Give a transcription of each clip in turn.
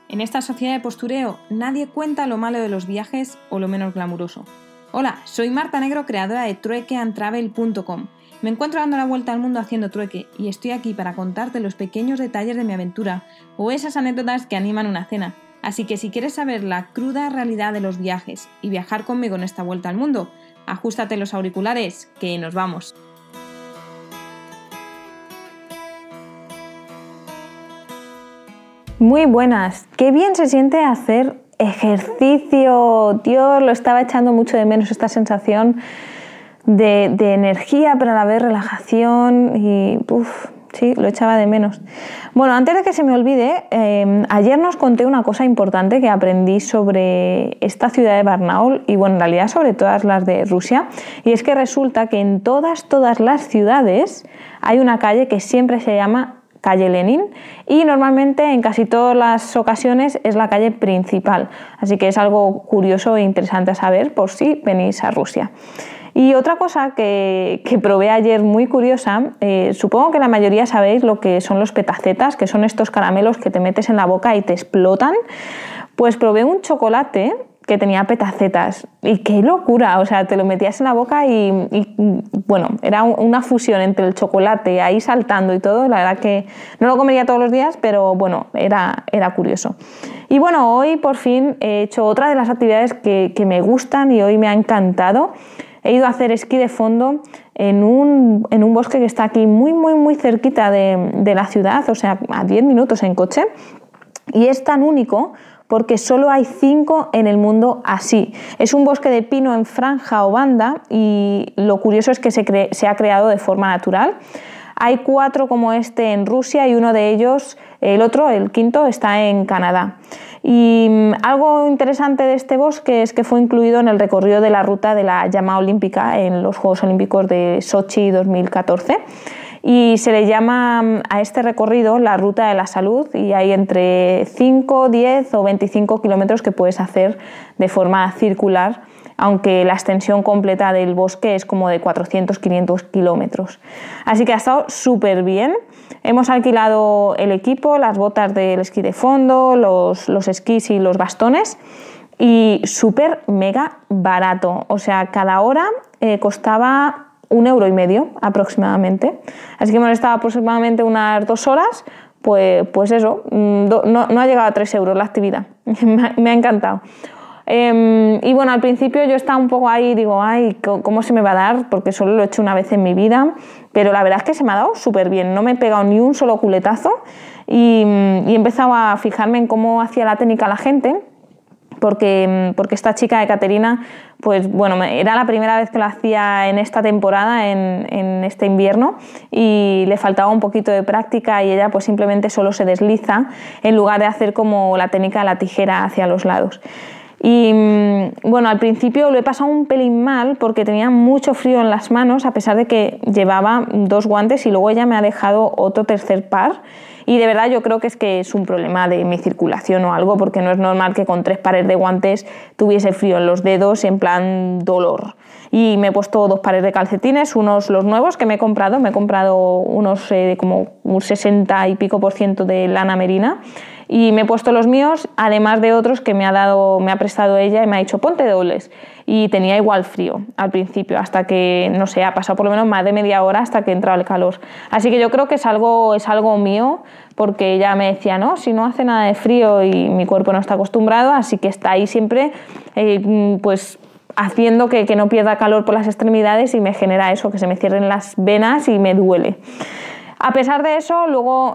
En esta sociedad de postureo, nadie cuenta lo malo de los viajes o lo menos glamuroso. Hola, soy Marta Negro, creadora de truequeandtravel.com. Me encuentro dando la vuelta al mundo haciendo trueque y estoy aquí para contarte los pequeños detalles de mi aventura o esas anécdotas que animan una cena. Así que si quieres saber la cruda realidad de los viajes y viajar conmigo en esta vuelta al mundo, ajustate los auriculares, que nos vamos. Muy buenas, qué bien se siente hacer ejercicio. Dios, lo estaba echando mucho de menos, esta sensación de energía, pero a la vez relajación y sí, lo echaba de menos. Bueno, antes de que se me olvide, ayer nos conté una cosa importante que aprendí sobre esta ciudad de Barnaul y bueno, en realidad sobre todas las de Rusia, y es que resulta que en todas las ciudades hay una calle que siempre se llama calle Lenin y normalmente en casi todas las ocasiones es la calle principal, así que es algo curioso e interesante a saber por si venís a Rusia. Y otra cosa que probé ayer muy curiosa, supongo que la mayoría sabéis lo que son los petacetas, que son estos caramelos que te metes en la boca y te explotan. Pues probé un chocolate que tenía petacetas y qué locura, o sea, te lo metías en la boca y bueno, era una fusión entre el chocolate ahí saltando y todo. La verdad que no lo comería todos los días, pero bueno, era curioso. Y bueno, hoy por fin he hecho otra de las actividades que me gustan y hoy me ha encantado. He ido a hacer esquí de fondo en un bosque que está aquí muy cerquita de la ciudad, o sea, a 10 minutos en coche, y es tan único porque solo hay 5 en el mundo así. Es un bosque de pino en franja o banda y lo curioso es que se ha creado de forma natural. Hay 4 como este en Rusia y uno de ellos, el quinto, está en Canadá. Y algo interesante de este bosque es que fue incluido en el recorrido de la ruta de la llama olímpica en los Juegos Olímpicos de Sochi 2014. Y se le llama a este recorrido la ruta de la salud y hay entre 5, 10 o 25 kilómetros que puedes hacer de forma circular, aunque la extensión completa del bosque es como de 400-500 kilómetros. Así que ha estado súper bien. Hemos alquilado el equipo, las botas del esquí de fondo, los esquís y los bastones y súper mega barato. O sea, cada hora costaba 1,5 € aproximadamente. Así que hemos estado aproximadamente unas 2 horas, pues eso, no ha llegado a 3 € la actividad. Me ha encantado. Y bueno, al principio yo estaba un poco ahí, digo, ay, ¿cómo se me va a dar? Porque solo lo he hecho una vez en mi vida, pero la verdad es que se me ha dado súper bien, no me he pegado ni un solo culetazo y he empezado a fijarme en cómo hacía la técnica la gente, porque esta chica de Caterina, pues bueno, era la primera vez que lo hacía en esta temporada, en este invierno, y le faltaba un poquito de práctica y ella pues simplemente solo se desliza en lugar de hacer como la técnica de la tijera hacia los lados. Y bueno, al principio lo he pasado un pelín mal porque tenía mucho frío en las manos, a pesar de que llevaba 2 guantes y luego ella me ha dejado otro tercer par. Y de verdad yo creo que es un problema de mi circulación o algo, porque no es normal que con 3 pares de guantes tuviese frío en los dedos en plan dolor. Y me he puesto 2 pares de calcetines, unos los nuevos que me he comprado unos como un 60 y pico % de lana merina, y me he puesto los míos, además de otros que me ha prestado ella y me ha dicho ponte dobles, y tenía igual frío al principio, hasta que, no sé, ha pasado por lo menos más de media hora hasta que entraba el calor. Así que yo creo que es algo mío, porque ella me decía, no, si no hace nada de frío y mi cuerpo no está acostumbrado, así que está ahí siempre pues haciendo que no pierda calor por las extremidades y me genera eso, que se me cierren las venas y me duele. A pesar de eso, luego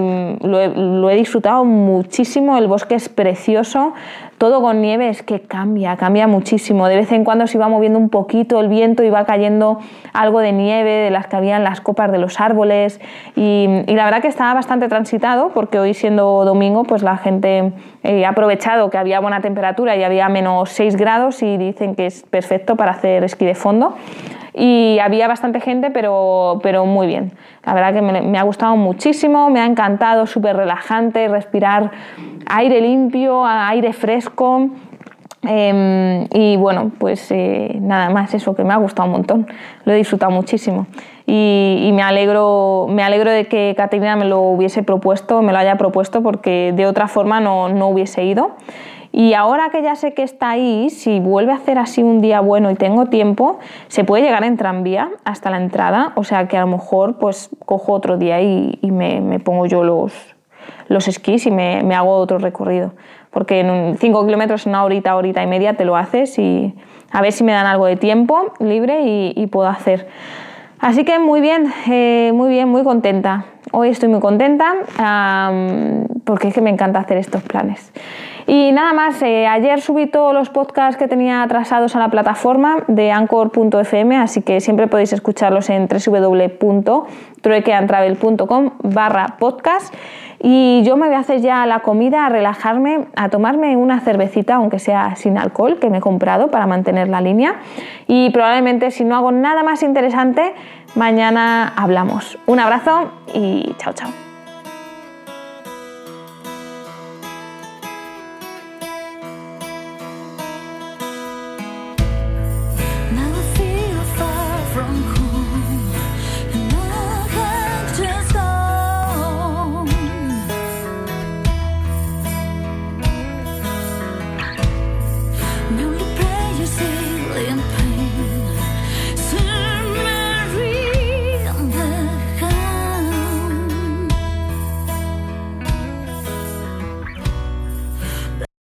lo he disfrutado muchísimo, el bosque es precioso, todo con nieve es que cambia muchísimo. De vez en cuando se iba moviendo un poquito el viento y va cayendo algo de nieve de las que había en las copas de los árboles y la verdad que estaba bastante transitado porque hoy siendo domingo pues la gente ha aprovechado que había buena temperatura y había menos 6 grados y dicen que es perfecto para hacer esquí de fondo. Y había bastante gente, pero muy bien. La verdad que me ha gustado muchísimo, me ha encantado, súper relajante, respirar aire limpio, aire fresco. Y bueno, pues nada más, eso, que me ha gustado un montón, lo he disfrutado muchísimo y me alegro de que Caterina me lo haya propuesto, porque de otra forma no hubiese ido. Y ahora que ya sé que está ahí, si vuelve a hacer así un día bueno y tengo tiempo, se puede llegar en tranvía hasta la entrada, o sea que a lo mejor pues cojo otro día y me pongo yo los esquís y me hago otro recorrido, porque en 5 kilómetros, en una horita y media te lo haces, y a ver si me dan algo de tiempo libre y puedo hacer. Así que muy bien, muy contenta. Hoy estoy muy contenta porque es que me encanta hacer estos planes. Y nada más, ayer subí todos los podcasts que tenía atrasados a la plataforma de Anchor.fm, así que siempre podéis escucharlos en www.truequeantravel.com/podcast. Y yo me voy a hacer ya la comida, a relajarme, a tomarme una cervecita, aunque sea sin alcohol, que me he comprado para mantener la línea. Y probablemente, si no hago nada más interesante, mañana hablamos. Un abrazo y chao, chao. Now I feel far from home.